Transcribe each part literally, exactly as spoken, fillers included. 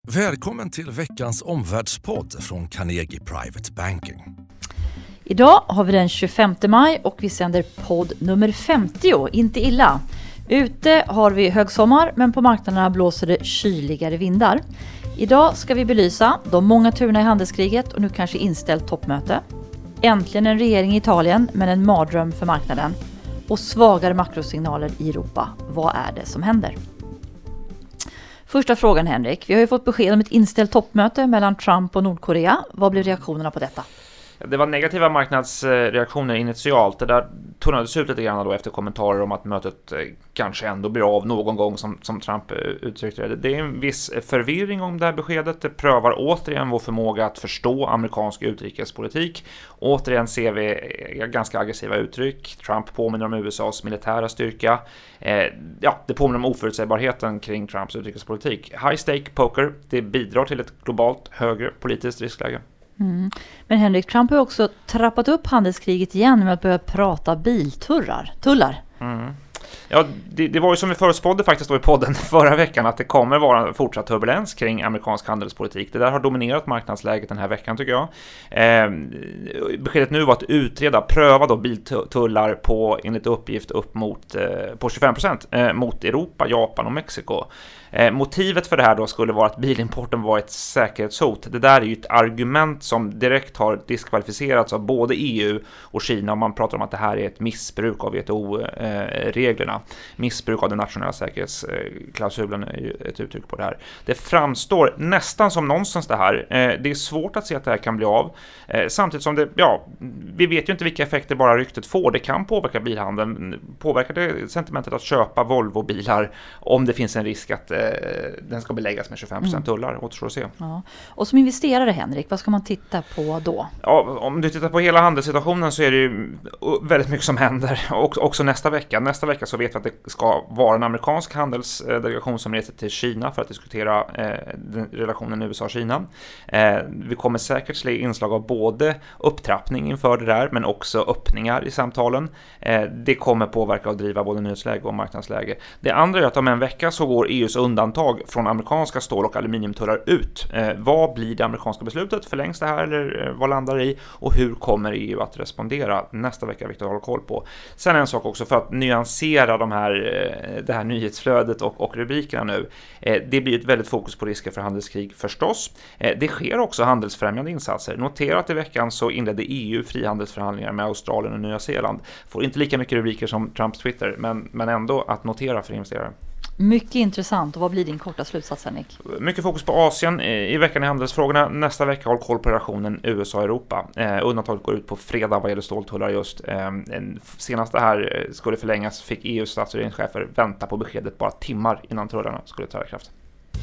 Välkommen till veckans omvärldspodd från Carnegie Private Banking. Idag har vi den tjugofemte maj och vi sänder podd nummer femtio, inte illa. Ute har vi högsommar men på marknaderna blåser det kyligare vindar. Idag ska vi belysa de många turerna i handelskriget och nu kanske inställt toppmöte. Äntligen en regering i Italien men en mardröm för marknaden. Och svagare makrosignaler i Europa. Vad är det som händer? Första frågan, Henrik. Vi har ju fått besked om ett inställt toppmöte mellan Trump och Nordkorea. Vad blir reaktionerna på detta? Det var negativa marknadsreaktioner initialt. Det där tunnades ut lite grann då efter kommentarer om att mötet kanske ändå blir av någon gång, som, som Trump uttryckte det. Det är en viss förvirring om det här beskedet. Det prövar återigen vår förmåga att förstå amerikansk utrikespolitik. Återigen ser vi ganska aggressiva uttryck. Trump påminner om U S A:s militära styrka. Eh, ja, det påminner om oförutsägbarheten kring Trumps utrikespolitik. High stake poker, det bidrar till ett globalt högre politiskt riskläge. Mm. Men Henrik, Trump har också trappat upp handelskriget igen med att börja prata biltullar. Tullar. Mm. Ja, det, det var ju som vi förutspådde faktiskt då i podden förra veckan att det kommer vara fortsatt turbulens kring amerikansk handelspolitik. Det där har dominerat marknadsläget den här veckan, tycker jag. Eh, beskedet nu var att utreda, pröva då biltullar på, enligt uppgift, upp mot eh, på tjugofem procent eh, mot Europa, Japan och Mexiko. Eh, motivet för det här då skulle vara att bilimporten var ett säkerhetshot. Det där är ju ett argument som direkt har diskvalificerats av både E U och Kina. Man pratar om att det här är ett missbruk av W T O-reglerna. Eh, missbruk av den nationella säkerhetsklausulen är ju ett uttryck på det här. Det framstår nästan som nonsens det här. Eh, det är svårt att se att det här kan bli av. Eh, samtidigt som det, ja, vi vet ju inte vilka effekter bara ryktet får. Det kan påverka bilhandeln. Påverkar det sentimentet att köpa Volvo-bilar om det finns en risk att den ska beläggas med tjugofem procent tullar, mm. återstår att se. Ja. Och som investerare, Henrik, vad ska man titta på då? Ja, om du tittar på hela handelssituationen så är det ju väldigt mycket som händer. Och, också nästa vecka. Nästa vecka så vet vi att det ska vara en amerikansk handelsdelegation som reser till Kina för att diskutera eh, den, relationen U S A-Kina. Eh, vi kommer säkert se inslag av både upptrappning inför det där men också öppningar i samtalen. Eh, det kommer påverka och driva både nyhetsläge och marknadsläge. Det andra är att om en vecka så går E U:s undantag från amerikanska stål- och aluminiumtullar ut. Eh, vad blir det amerikanska beslutet? Förlängs det här eller eh, vad landar det i? Och hur kommer E U att respondera? Nästa vecka är viktigt att hålla koll på. Sen en sak också för att nyansera de här, eh, det här nyhetsflödet och, och rubrikerna nu. Eh, det blir ett väldigt fokus på risker för handelskrig förstås. Eh, det sker också handelsfrämjande insatser. Notera att i veckan så inledde E U frihandelsförhandlingar med Australien och Nya Zeeland. Får inte lika mycket rubriker som Trumps Twitter, men, men ändå att notera för investerare. Mycket intressant. Och vad blir din korta slutsats, Henrik? Mycket fokus på Asien i veckan i handelsfrågorna. Nästa vecka håll koll på relationen U S A-Europa. Eh, undantaget går ut på fredag vad gäller ståltullar just. Eh, senast det här skulle förlängas fick E U:s stats- och regeringschefer vänta på beskedet bara timmar innan tullarna skulle ta i kraft.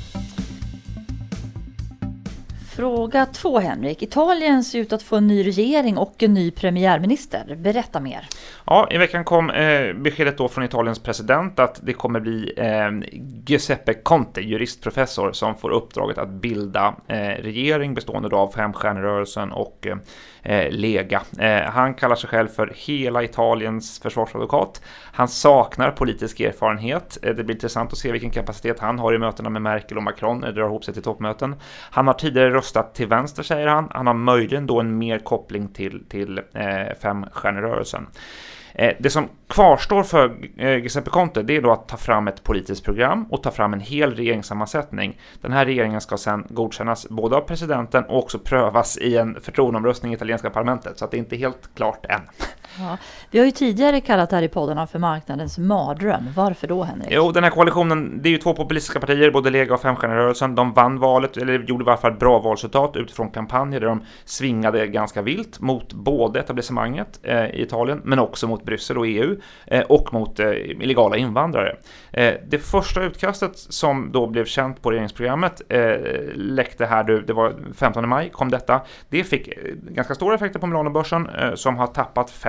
Fråga två, Henrik. Italien ser ut att få en ny regering och en ny premiärminister. Berätta mer. Ja, i veckan kom eh, beskedet då från Italiens president att det kommer bli eh, Giuseppe Conte, juristprofessor, som får uppdraget att bilda eh, regering bestående av Femstjärnerörelsen och eh, Lega. Eh, han kallar sig själv för hela Italiens försvarsadvokat. Han saknar politisk erfarenhet. Eh, det blir intressant att se vilken kapacitet han har i mötena med Merkel och Macron när det drar ihop sig till toppmöten. Han har tidigare röstat till vänster, säger han. Han har möjligen då en mer koppling till, till eh, Femstjärnerörelsen. Det som kvarstår för Giuseppe Conte, det är då att ta fram ett politiskt program och ta fram en hel regeringssammansättning. Den här regeringen ska sedan godkännas både av presidenten och också prövas i en förtroendeomröstning i italienska parlamentet, så att det är inte helt klart än. Ja, vi har ju tidigare kallat här i poddarna för marknadens mardröm. Varför då, Henrik? Jo, den här koalitionen, det är ju två populistiska partier, både Lega och Femstjärnerörelsen. De vann valet, eller gjorde i varje fall ett bra valresultat utifrån kampanjer där de svingade ganska vilt mot både etablissemanget eh, i Italien, men också mot Bryssel och E U eh, och mot eh, illegala invandrare. Eh, det första utkastet som då blev känt på regeringsprogrammet eh, läckte här, det var femtonde maj kom detta. Det fick eh, ganska stora effekter på Milanobörsen eh, som har tappat fem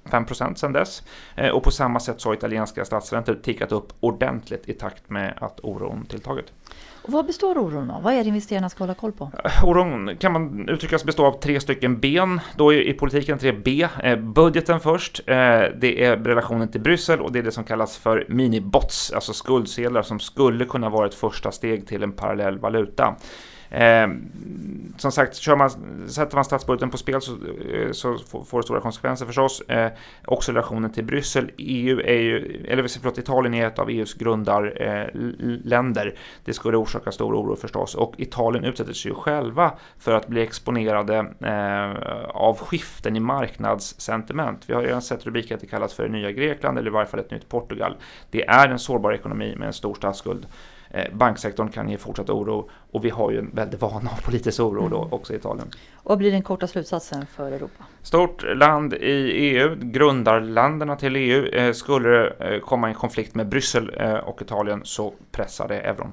fem procent sedan dess. Och på samma sätt så har italienska statsräntor tickat upp ordentligt i takt med att oron tilltagit. Och vad består oron av? Vad är det investerarna ska hålla koll på? Oron kan man uttryckas bestå av tre stycken ben. Då är i politiken tre B. Eh, budgeten först. Eh, det är relationen till Bryssel och det är det som kallas för mini-bots, alltså skuldsedlar som skulle kunna vara ett första steg till en parallell valuta. Eh, som sagt, kör man, sätter man statsbudgeten på spel så, så får det stora konsekvenser förstås. Eh, också relationen till Bryssel. E U är ju, eller förlåt, Italien är ett av E U:s grundarländer. Eh, det skulle orsaka stor oro förstås. Och Italien utsätter sig ju själva för att bli exponerade eh, av skiften i marknadssentiment. Vi har redan sett rubriker att det kallas för nya Grekland eller i varje fall ett nytt Portugal. Det är en sårbar ekonomi med en stor statsskuld. Banksektorn kan ge fortsatt oro och vi har ju en väldigt vana av politisk oro då också i Italien. Och vad blir den korta slutsatsen för Europa? Stort land i E U, grundarländerna till E U, skulle det komma en konflikt med Bryssel och Italien så pressar det euron.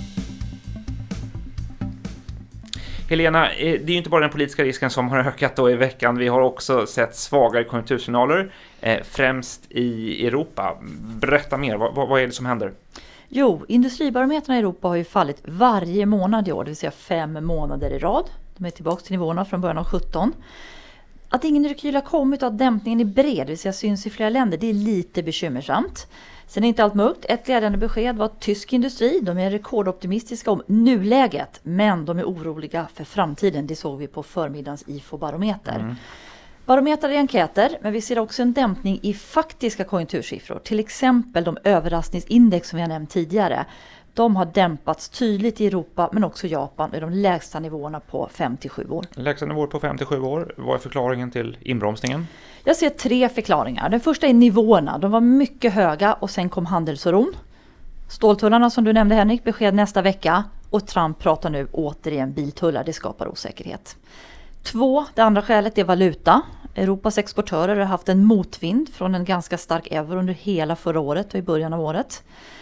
Helena, det är ju inte bara den politiska risken som har ökat då i veckan. Vi har också sett svagare konjunktursignaler, främst i Europa. Berätta mer, vad, vad är det som händer? Jo, industribarometrarna i Europa har ju fallit varje månad i år, det vill säga fem månader i rad. De är tillbaka till nivåerna från början av sjutton. Att ingen rekyl har kommit och att dämpningen är bred, det vill säga syns i flera länder, det är lite bekymmersamt. Sen är inte allt mörkt. Ett glädjande besked var att tysk industri, de är rekordoptimistiska om nuläget, men de är oroliga för framtiden. Det såg vi på förmiddagens I F O-barometer. Mm. Barometrar i enkäter, men vi ser också en dämpning i faktiska konjunktursiffror. Till exempel de överraskningsindex som vi har nämnt tidigare. De har dämpats tydligt i Europa men också Japan i de lägsta nivåerna på fem till sju år. Lägsta nivåer på fem till sju år. Vad är förklaringen till inbromsningen? Jag ser tre förklaringar. Den första är nivåerna. De var mycket höga och sen kom handelsoron. Ståltullarna som du nämnde Henrik, besked nästa vecka. Och Trump pratar nu återigen biltullar. Det skapar osäkerhet. Två, det andra skälet är valuta. Europas exportörer har haft en motvind från en ganska stark euro under hela förra året och i början av året.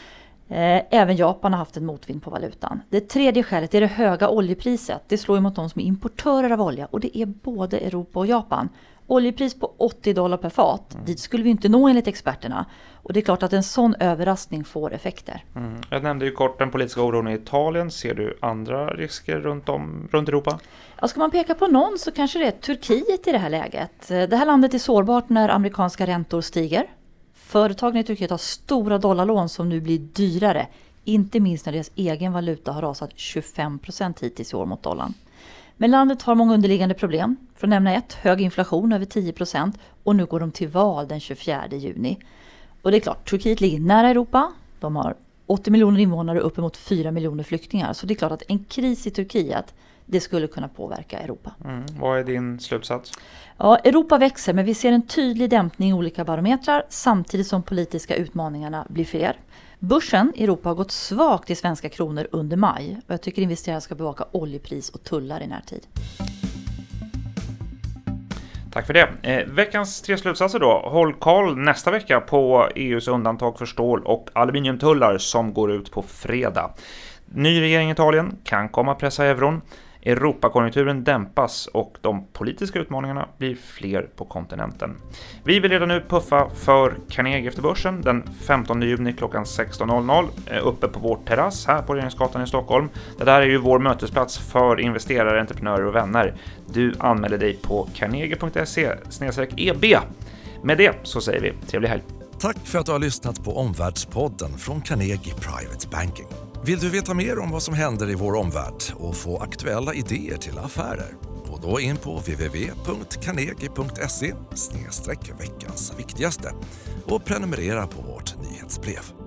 Även Japan har haft en motvind på valutan. Det tredje skälet är det höga oljepriset. Det slår emot de som är importörer av olja och det är både Europa och Japan. Oljepris på åttio dollar per fat. Mm. Dit skulle vi inte nå enligt experterna. Och det är klart att en sån överraskning får effekter. Mm. Jag nämnde ju kort den politiska oron i Italien. Ser du andra risker runt om runt Europa? Ja, ska man peka på någon så kanske det är Turkiet i det här läget. Det här landet är sårbart när amerikanska räntor stiger. Företagen i Turkiet har stora dollarlån som nu blir dyrare. Inte minst när deras egen valuta har rasat tjugofem procent hittills i år mot dollarn. Men landet har många underliggande problem. För att nämna ett, hög inflation över tio procent och nu går de till val den tjugofjärde juni. Och det är klart, Turkiet ligger nära Europa. De har åttio miljoner invånare och uppemot fyra miljoner flyktingar. Så det är klart att en kris i Turkiet, det skulle kunna påverka Europa. Mm. Vad är din slutsats? Ja, Europa växer men vi ser en tydlig dämpning i olika barometrar samtidigt som politiska utmaningarna blir fler. Börsen i Europa har gått svagt i svenska kronor under maj och jag tycker investerare ska bevaka oljepris och tullar i närtid. Tack för det. Eh, veckans tre slutsatser då. Håll koll nästa vecka på E U:s undantag för stål och aluminiumtullar som går ut på fredag. Ny regering i Italien kan komma att pressa euron. Europakonjunkturen dämpas och de politiska utmaningarna blir fler på kontinenten. Vi vill redan nu puffa för Carnegie efter börsen den femtonde juni klockan sexton noll noll uppe på vår terrass här på Regeringsgatan i Stockholm. Det där är ju vår mötesplats för investerare, entreprenörer och vänner. Du anmäler dig på carnegie punkt se snedstreck e b. Med det så säger vi trevlig helg. Tack för att du har lyssnat på Omvärldspodden från Carnegie Private Banking. Vill du veta mer om vad som händer i vår omvärld och få aktuella idéer till affärer? Gå då in på w w w punkt carnegie punkt se snedstreck veckans viktigaste och prenumerera på vårt nyhetsbrev.